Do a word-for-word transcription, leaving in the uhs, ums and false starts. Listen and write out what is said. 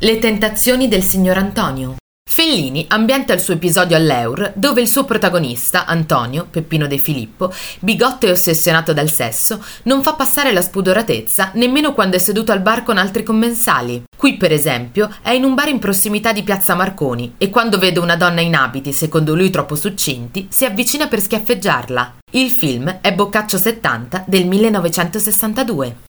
Le tentazioni del signor Antonio. Fellini ambienta il suo episodio all'Eur, dove il suo protagonista, Antonio, Peppino De Filippo, bigotto e ossessionato dal sesso, non fa passare la spudoratezza nemmeno quando è seduto al bar con altri commensali. Qui, per esempio, è in un bar in prossimità di Piazza Marconi e quando vede una donna in abiti, secondo lui troppo succinti, si avvicina per schiaffeggiarla. Il film è Boccaccio settanta del millenovecentosessantadue.